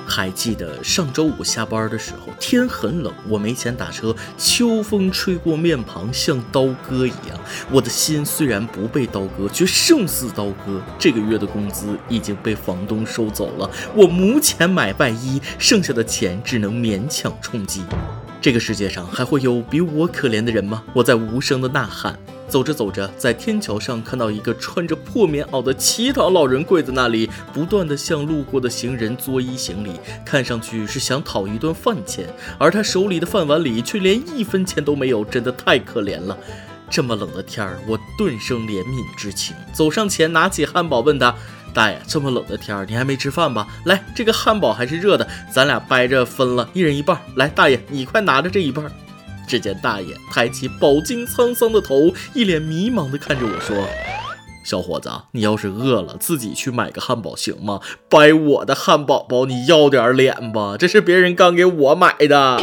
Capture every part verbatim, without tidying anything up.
还记得上周五下班的时候，天很冷，我没钱打车，秋风吹过面庞，像刀割一样。我的心虽然不被刀割，却胜似刀割。这个月的工资已经被房东收走了，我目前买外衣，剩下的钱只能勉强充饥。这个世界上还会有比我可怜的人吗？我在无声的呐喊。走着走着，在天桥上看到一个穿着破棉袄的乞讨老人跪在那里，不断地向路过的行人作揖行礼，看上去是想讨一顿饭钱，而他手里的饭碗里却连一分钱都没有，真的太可怜了。这么冷的天儿，我顿生怜悯之情，走上前拿起汉堡问他：大爷，这么冷的天儿，你还没吃饭吧？来，这个汉堡还是热的，咱俩掰着分了，一人一半。来，大爷，你快拿着这一半。只见大爷抬起饱经沧桑的头，一脸迷茫地看着我说：小伙子，你要是饿了，自己去买个汉堡行吗？掰我的汉堡包，你要点脸吧，这是别人刚给我买的。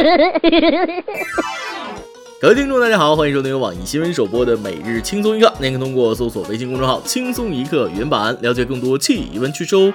各位听众大家好，欢迎收听由网易新闻首播的每日轻松一刻，您可通过搜索微信公众号轻松一刻原版了解更多气温趋势哦。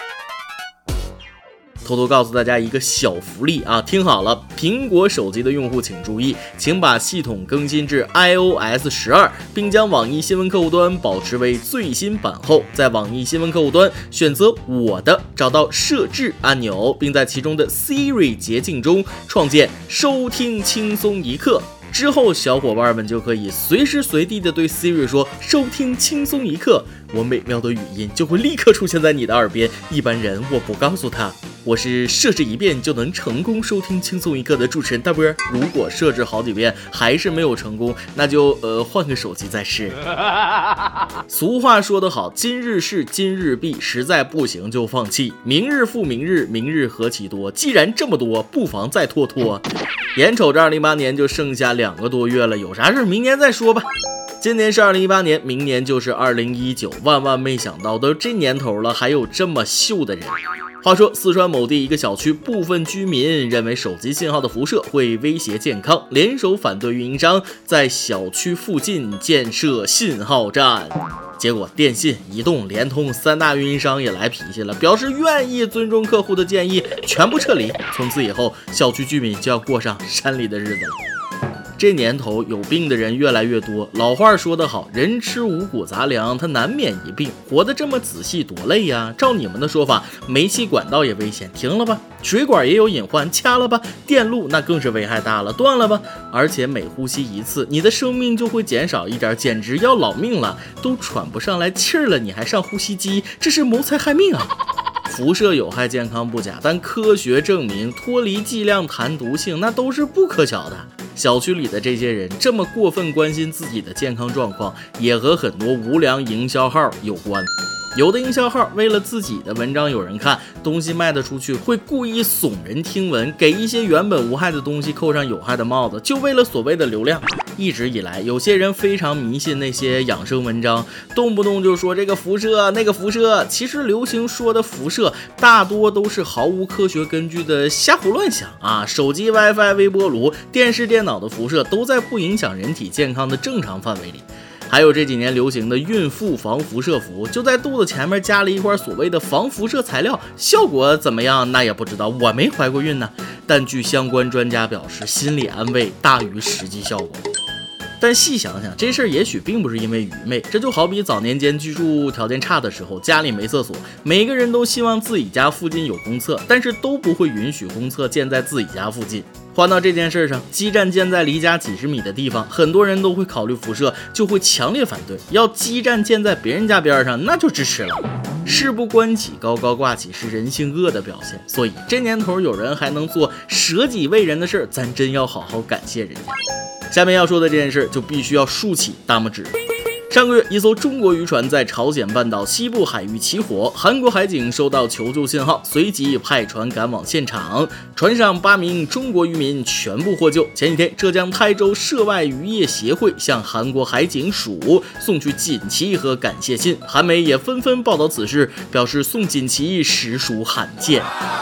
偷偷告诉大家一个小福利啊，听好了，苹果手机的用户请注意，请把系统更新至 i O S 十二，并将网易新闻客户端保持为最新版后，在网易新闻客户端选择我的，找到设置按钮，并在其中的 Siri 捷径中创建收听轻松一刻。之后小伙伴们就可以随时随地的对 Siri 说收听轻松一刻，我美妙的语音就会立刻出现在你的耳边，一般人我不告诉他。我是设置一遍就能成功收听轻松一刻的主持人大波，如果设置好几遍还是没有成功，那就呃换个手机再试。俗话说得好，今日事今日毕，实在不行就放弃，明日复明日，明日何其多，既然这么多，不妨再拖拖。眼瞅着二零一八年就剩下两个多月了，有啥事明年再说吧。今年是二零一八年，明年就是二零一九，万万没想到都这年头了，还有这么秀的人。话说四川某地一个小区部分居民认为手机信号的辐射会威胁健康，联手反对运营商在小区附近建设信号站。结果电信、移动、联通三大运营商也来脾气了，表示愿意尊重客户的建议，全部撤离。从此以后，小区居民就要过上山里的日子了。这年头有病的人越来越多，老话说得好，人吃五谷杂粮，他难免一病。活得这么仔细多累呀！照你们的说法，煤气管道也危险，停了吧；水管也有隐患，掐了吧；电路那更是危害大了，断了吧。而且每呼吸一次，你的生命就会减少一点，简直要老命了，都喘不上来气儿了，你还上呼吸机，这是谋财害命啊！辐射有害健康不假，但科学证明脱离剂量谈毒性那都是不可巧的。小区里的这些人这么过分关心自己的健康状况，也和很多无良营销号有关。有的营销号为了自己的文章有人看，东西卖得出去，会故意耸人听闻，给一些原本无害的东西扣上有害的帽子，就为了所谓的流量。一直以来，有些人非常迷信那些养生文章，动不动就说这个辐射那个辐射，其实流行说的辐射大多都是毫无科学根据的瞎胡乱想啊！手机 WiFi、微波炉、电视、电脑的辐射都在不影响人体健康的正常范围里。还有这几年流行的孕妇防辐射服，就在肚子前面加了一块所谓的防辐射材料，效果怎么样那也不知道，我没怀过孕呢。但据相关专家表示，心理安慰大于实际效果。但细想想，这事儿也许并不是因为愚昧，这就好比早年间居住条件差的时候，家里没厕所，每个人都希望自己家附近有公厕，但是都不会允许公厕建在自己家附近。换到这件事上，基站建在离家几十米的地方，很多人都会考虑辐射，就会强烈反对；要基站建在别人家边上，那就支持了。事不关己，高高挂起是人性恶的表现，所以这年头有人还能做舍己为人的事，咱真要好好感谢人家。下面要说的这件事就必须要竖起大拇指。上个月，一艘中国渔船在朝鲜半岛西部海域起火，韩国海警收到求救信号，随即派船赶往现场。船上八名中国渔民全部获救。前几天，浙江台州涉外渔业协会向韩国海警署送去锦旗和感谢信，韩媒也纷纷报道此事，表示送锦旗实属罕见。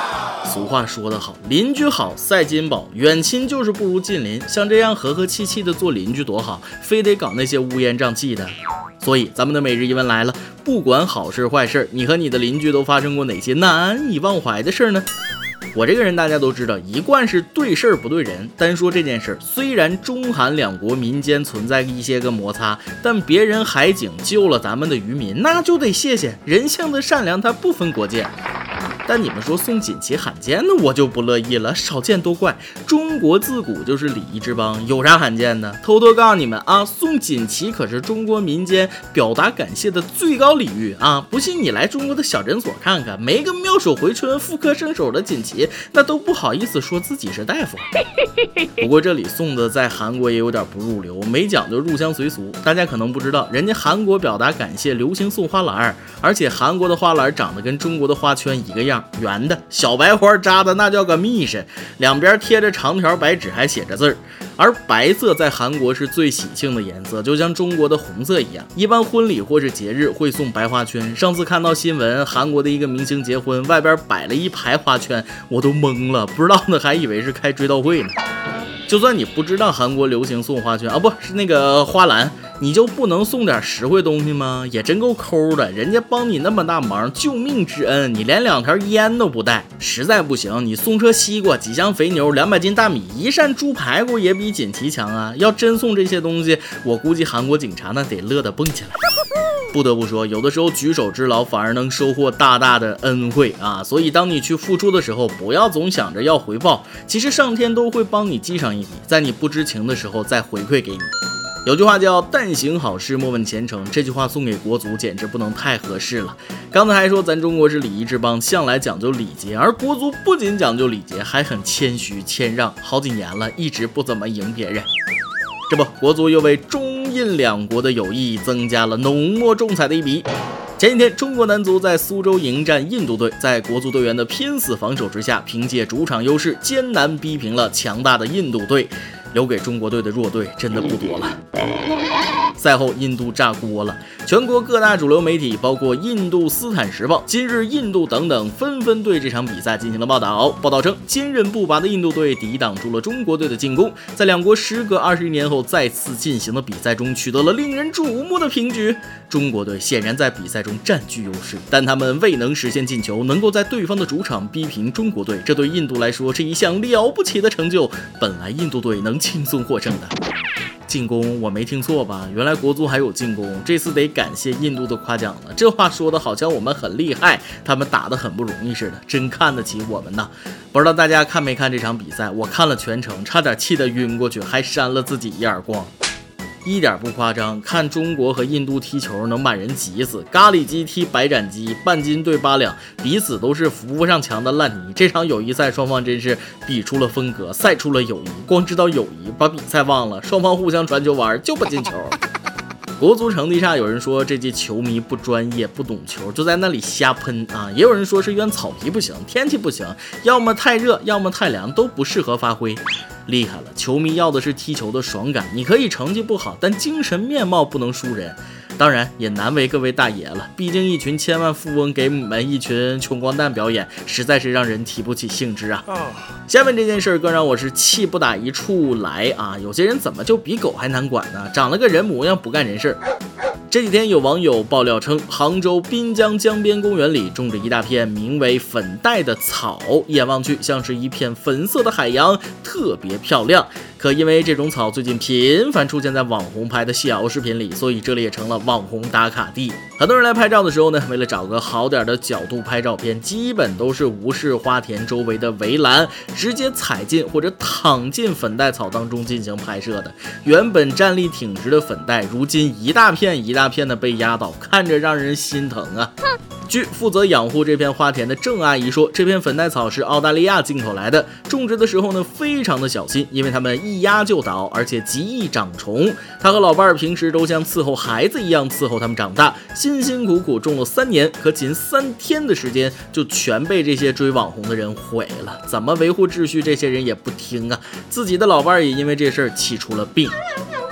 俗话说得好，邻居好赛金宝，远亲就是不如近邻。像这样和和气气的做邻居多好，非得搞那些乌烟瘴气的。所以咱们的每日一问来了，不管好事坏事，你和你的邻居都发生过哪些难以忘怀的事呢？我这个人大家都知道，一贯是对事儿不对人。单说这件事，虽然中韩两国民间存在一些个摩擦，但别人海警救了咱们的渔民，那就得谢谢。人性的善良它不分国界。但你们说送锦旗罕见的，我就不乐意了。少见多怪，中国自古就是礼仪之邦，有啥罕见的？偷偷告诉你们啊，送锦旗可是中国民间表达感谢的最高礼遇啊！不信你来中国的小诊所看看，没个妙手回春、妇科圣手的锦旗，那都不好意思说自己是大夫。不过这里送的在韩国也有点不入流，没讲究入乡随俗。大家可能不知道，人家韩国表达感谢流行送花篮，而且韩国的花篮长得跟中国的花圈一个样。圆的小白花扎的那叫个密实，两边贴着长条白纸，还写着字儿。而白色在韩国是最喜庆的颜色，就像中国的红色一样。一般婚礼或者节日会送白花圈。上次看到新闻，韩国的一个明星结婚，外边摆了一排花圈，我都懵了，不知道的还以为是开追悼会呢。就算你不知道韩国流行送花圈啊，不是那个花篮，你就不能送点实惠东西吗？也真够抠的，人家帮你那么大忙，救命之恩，你连两条烟都不带，实在不行，你送车西瓜、几箱肥牛、两百斤大米、一扇猪排骨也比锦旗强啊！要真送这些东西，我估计韩国警察那得乐得蹦起来。不得不说，有的时候举手之劳反而能收获大大的恩惠啊！所以当你去付出的时候，不要总想着要回报，其实上天都会帮你记上一笔，在你不知情的时候再回馈给你。有句话叫但行好事莫问前程，这句话送给国足简直不能太合适了。刚才还说咱中国是礼仪之邦，向来讲究礼节，而国足不仅讲究礼节，还很谦虚谦让，好几年了一直不怎么赢别人。这不，国足又为中印两国的友谊增加了浓墨重彩的一笔。前几天，中国男足在苏州迎战印度队，在国足队员的拼死防守之下，凭借主场优势，艰难逼平了强大的印度队。留给中国队的弱队真的不多了。赛后，印度炸锅了，全国各大主流媒体，包括印度斯坦时报、今日印度等等，纷纷对这场比赛进行了报道。报道称，坚韧不拔的印度队抵挡住了中国队的进攻，在两国时隔二十一年后再次进行的比赛中，取得了令人瞩目的平局。中国队显然在比赛中占据优势，但他们未能实现进球，能够在对方的主场逼平中国队，这对印度来说是一项了不起的成就。本来印度队能轻松获胜的。进攻我没听错吧？原来国足还有进攻，这次得感谢印度的夸奖了。这话说的好像我们很厉害，他们打得很不容易似的，真看得起我们呐！不知道大家看没看这场比赛？我看了全程，差点气得晕过去，还扇了自己一耳光。一点不夸张，看中国和印度踢球能把人急死。咖喱鸡踢白斩鸡，半斤对八两，彼此都是扶不上墙的烂泥。这场友谊赛双方真是比出了风格，赛出了友谊。光知道友谊，把比赛忘了，双方互相传球玩就不进球。国足成绩差，有人说这届球迷不专业不懂球，就在那里瞎喷啊！也有人说是怨草皮不行，天气不行，要么太热，要么太凉，都不适合发挥。厉害了，球迷要的是踢球的爽感，你可以成绩不好，但精神面貌不能输人。当然也难为各位大爷了，毕竟一群千万富翁给你们一群穷光蛋表演，实在是让人提不起兴致啊。下面这件事更让我是气不打一处来啊！有些人怎么就比狗还难管呢？长了个人模样不干人事。这几天有网友爆料称，杭州滨江江边公园里种着一大片名为粉黛的草，眼望去像是一片粉色的海洋，特别漂亮。可因为这种草最近频繁出现在网红拍的小视频里，所以这里也成了网红打卡地。很多人来拍照的时候呢，为了找个好点的角度拍照片，基本都是无视花田周围的围栏，直接踩进或者躺进粉黛草当中进行拍摄的。原本站立挺直的粉黛，如今一大片一大片的被压倒，看着让人心疼啊。据负责养护这片花田的郑阿姨说，这片粉黛草是澳大利亚进口来的，种植的时候呢非常的小心，因为它们一压就倒，而且极易长虫。她和老伴儿平时都像伺候孩子一样伺候它们长大，辛辛苦苦种了三年，可仅三天的时间就全被这些追网红的人毁了。怎么维护秩序，这些人也不听啊，自己的老伴儿也因为这事儿气出了病。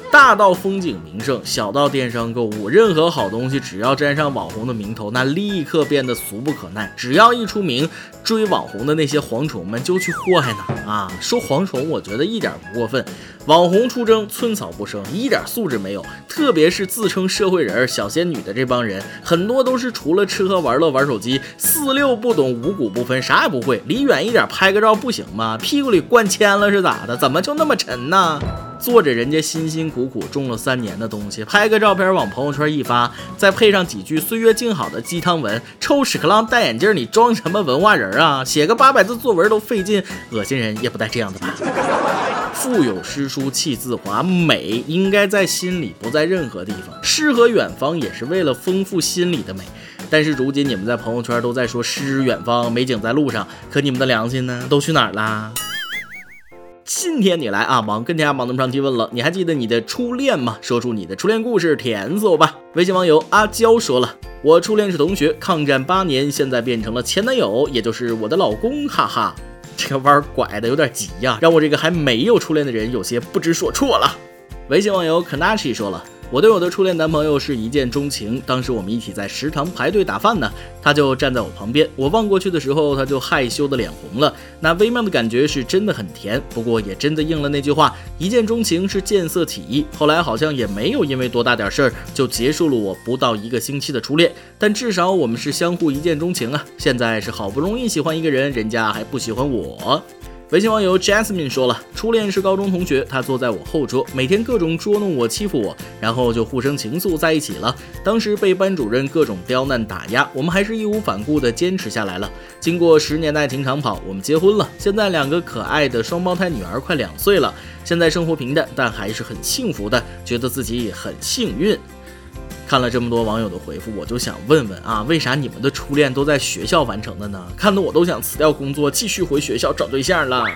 大到风景名胜，小到电商购物，任何好东西只要沾上网红的名头，那立刻变得俗不可耐。只要一出名，追网红的那些蝗虫们就去祸害呢。啊，说蝗虫，我觉得一点不过分。网红出征，寸草不生，一点素质没有。特别是自称社会人、小仙女的这帮人，很多都是除了吃喝玩乐、玩手机，四六不懂，五谷不分，啥也不会。离远一点拍个照不行吗？屁股里灌铅了是咋的？怎么就那么沉呢？做着人家辛辛苦苦种了三年的东西，拍个照片往朋友圈一发，再配上几句岁月静好的鸡汤文，臭屎壳郎戴眼镜，你装什么文化人啊？写个八百字作文都费劲，恶心人也不带这样的吧。腹有诗书气自华，美应该在心里，不在任何地方。诗和远方也是为了丰富心里的美。但是如今你们在朋友圈都在说诗远方，美景在路上，可你们的良心呢？都去哪儿啦？今天你来啊，忙跟天下忙得上提问了，你还记得你的初恋吗？说出你的初恋故事，甜死我吧。微信网友阿娇说了，我初恋是同学，抗战八年，现在变成了前男友，也就是我的老公，哈哈。这个弯拐的有点急呀、啊，让我这个还没有初恋的人有些不知所措了。微信网友 Kanachi 说了，我对我的初恋男朋友是一见钟情，当时我们一起在食堂排队打饭呢，他就站在我旁边，我望过去的时候，他就害羞的脸红了，那微妙的感觉是真的很甜，不过也真的应了那句话，一见钟情是见色起意。后来好像也没有因为多大点事儿就结束了我不到一个星期的初恋，但至少我们是相互一见钟情啊。现在是好不容易喜欢一个人，人家还不喜欢我。微信网友 Jasmine 说了，初恋是高中同学，他坐在我后桌，每天各种捉弄我欺负我，然后就互生情愫在一起了。当时被班主任各种刁难打压，我们还是义无反顾地坚持下来了。经过十年的爱情长跑，我们结婚了，现在两个可爱的双胞胎女儿快两岁了。现在生活平淡，但还是很幸福的，觉得自己也很幸运。看了这么多网友的回复，我就想问问啊，为啥你们的初恋都在学校完成的呢？看得我都想辞掉工作，继续回学校找对象了。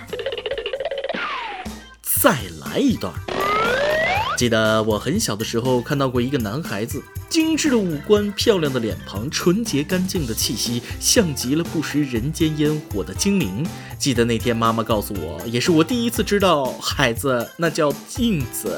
再来一段。记得我很小的时候看到过一个男孩子，精致的五官，漂亮的脸庞，纯洁干净的气息，像极了不食人间烟火的精灵。记得那天妈妈告诉我，也是我第一次知道，孩子那叫镜子。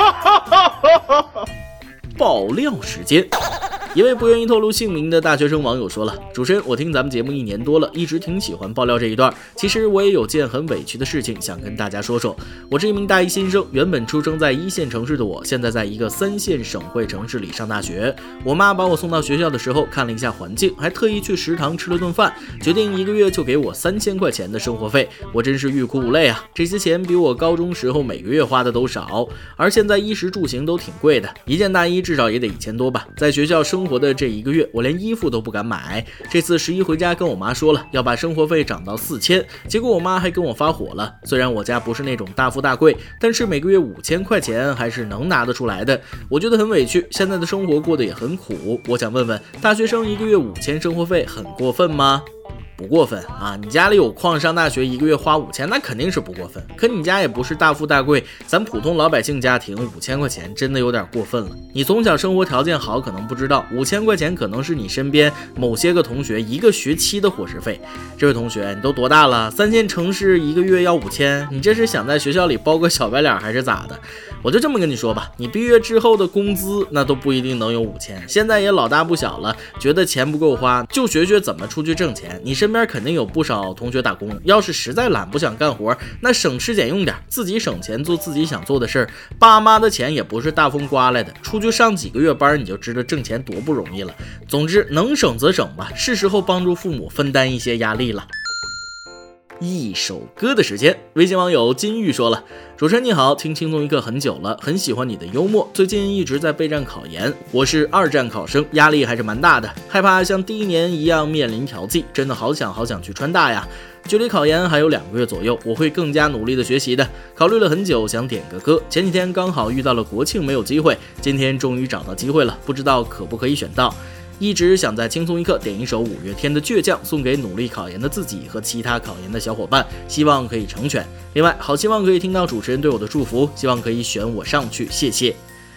爆料时间，一位不愿意透露姓名的大学生网友说了，主持人，我听咱们节目一年多了，一直挺喜欢爆料这一段。其实我也有件很委屈的事情想跟大家说说。我是一名大一新生，原本出生在一线城市的我，现在在一个三线省会城市里上大学。我妈把我送到学校的时候，看了一下环境，还特意去食堂吃了顿饭，决定一个月就给我三千块钱的生活费。我真是欲哭无泪啊！这些钱比我高中时候每个月花的都少，而现在衣食住行都挺贵的，一件大衣至少也得一千多吧。在学校生活的这一个月，我连衣服都不敢买。这次十一回家跟我妈说了，要把生活费涨到四千，结果我妈还跟我发火了。虽然我家不是那种大富大贵，但是每个月五千块钱还是能拿得出来的。我觉得很委屈，现在的生活过得也很苦。我想问问，大学生一个月五千生活费很过分吗？不过分啊！你家里有矿，上大学一个月花五千，那肯定是不过分。可你家也不是大富大贵，咱普通老百姓家庭五千块钱真的有点过分了。你从小生活条件好，可能不知道，五千块钱可能是你身边某些个同学一个学期的伙食费。这位同学，你都多大了？三线城市一个月要五千，你这是想在学校里包个小白脸还是咋的？我就这么跟你说吧，你毕业之后的工资那都不一定能有五千。现在也老大不小了，觉得钱不够花，就学学怎么出去挣钱。你身边肯定有不少同学打工，要是实在懒不想干活，那省吃俭用点，自己省钱做自己想做的事儿。爸妈的钱也不是大风刮来的，出去上几个月班你就知道挣钱多不容易了。总之能省则省吧，是时候帮助父母分担一些压力了。一首歌的时间，微信网友金玉说了，主持人你好，听轻松一刻很久了，很喜欢你的幽默，最近一直在备战考研，我是二战考生，压力还是蛮大的，害怕像第一年一样面临调剂，真的好想好想去川大呀。距离考研还有两个月左右，我会更加努力的学习的。考虑了很久，想点个歌，前几天刚好遇到了国庆没有机会，今天终于找到机会了，不知道可不可以选到。一直想在轻松一刻点一首五月天的倔强，送给努力考研的自己和其他考研的小伙伴，希望可以成全。另外好希望可以听到主持人对我的祝福，希望可以选我上去，谢谢。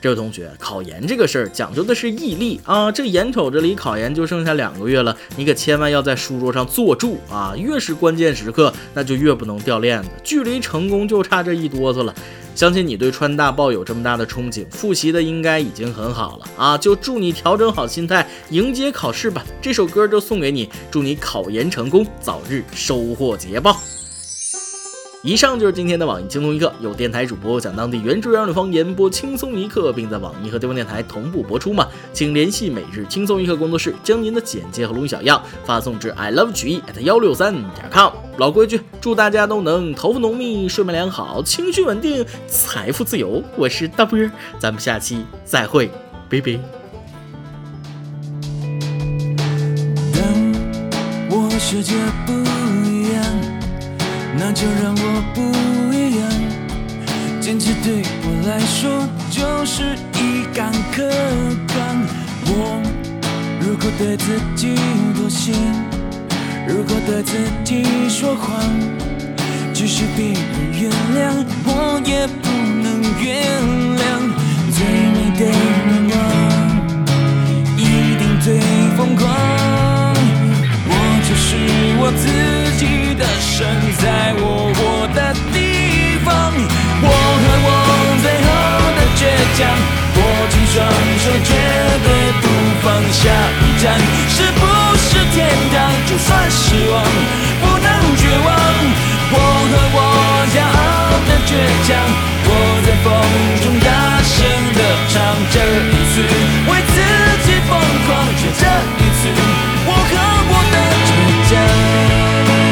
这位同学，考研这个事儿讲究的是毅力啊！这眼瞅着离考研就剩下两个月了，你可千万要在书桌上坐住啊！越是关键时刻，那就越不能掉链子，距离成功就差这一哆嗦了。相信你对川大抱有这么大的憧憬，复习的应该已经很好了啊！就祝你调整好心态，迎接考试吧。这首歌就送给你，祝你考研成功，早日收获捷报。以上就是今天的网易轻松一刻，有电台主播讲当地原汁原味方言播轻松一刻，并在网易和地方电台同步播出嘛？请联系每日轻松一刻工作室，将您的简介和录音小样发送至 i love 曲艺 at 一六三点 com。老规矩，祝大家都能头发浓密、睡眠良好、情绪稳定、财富自由。我是大波，咱们下期再会，拜拜。 当我世界不一样，那就让我不一样，坚持对我来说就是一杆刻钢。我如果对自己妥协，如果对自己说谎，即使别人原谅，我也不能原谅。最美的愿望一定最疯狂，我就是我自己的神，在我活的地方。我和我最后的倔强，握紧双手绝对不放下。一站是不是天堂？就算失望不能绝望。我和我骄傲的倔强，我在风中大声地唱。这一次为自己疯狂，却这一次我和我的倔强。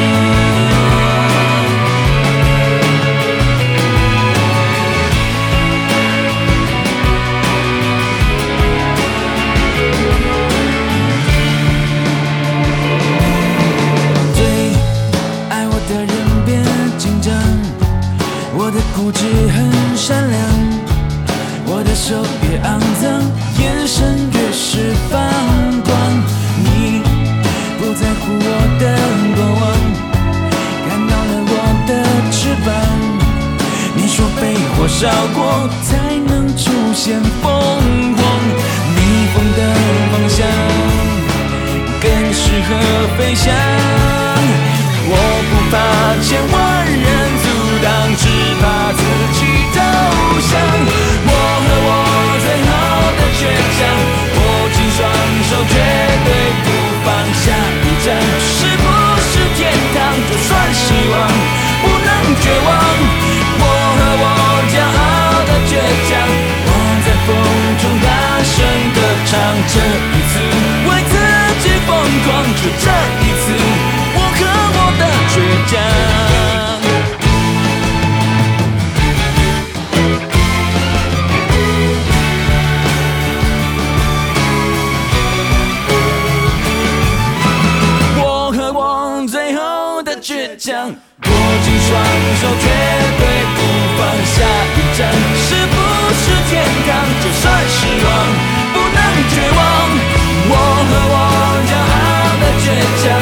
固执很善良，我的手越肮脏，眼神越是放光。你不在乎我的过往，看到了我的翅膀。你说被火烧过才能出现凤凰，逆风的方向更适合飞翔。我不怕千万人阻挡，只怕自己投降。我和我最后的倔强，握紧双手绝对不放下。一站是不是天堂？就算失望不能绝望。我和我骄傲的倔强，我在风中大声地唱。这一次为自己疯狂，就这一次我和我的倔强。倔强，握紧双手绝对不放下。一站是不是天堂？就算失望不能绝望。我和我骄傲的倔强，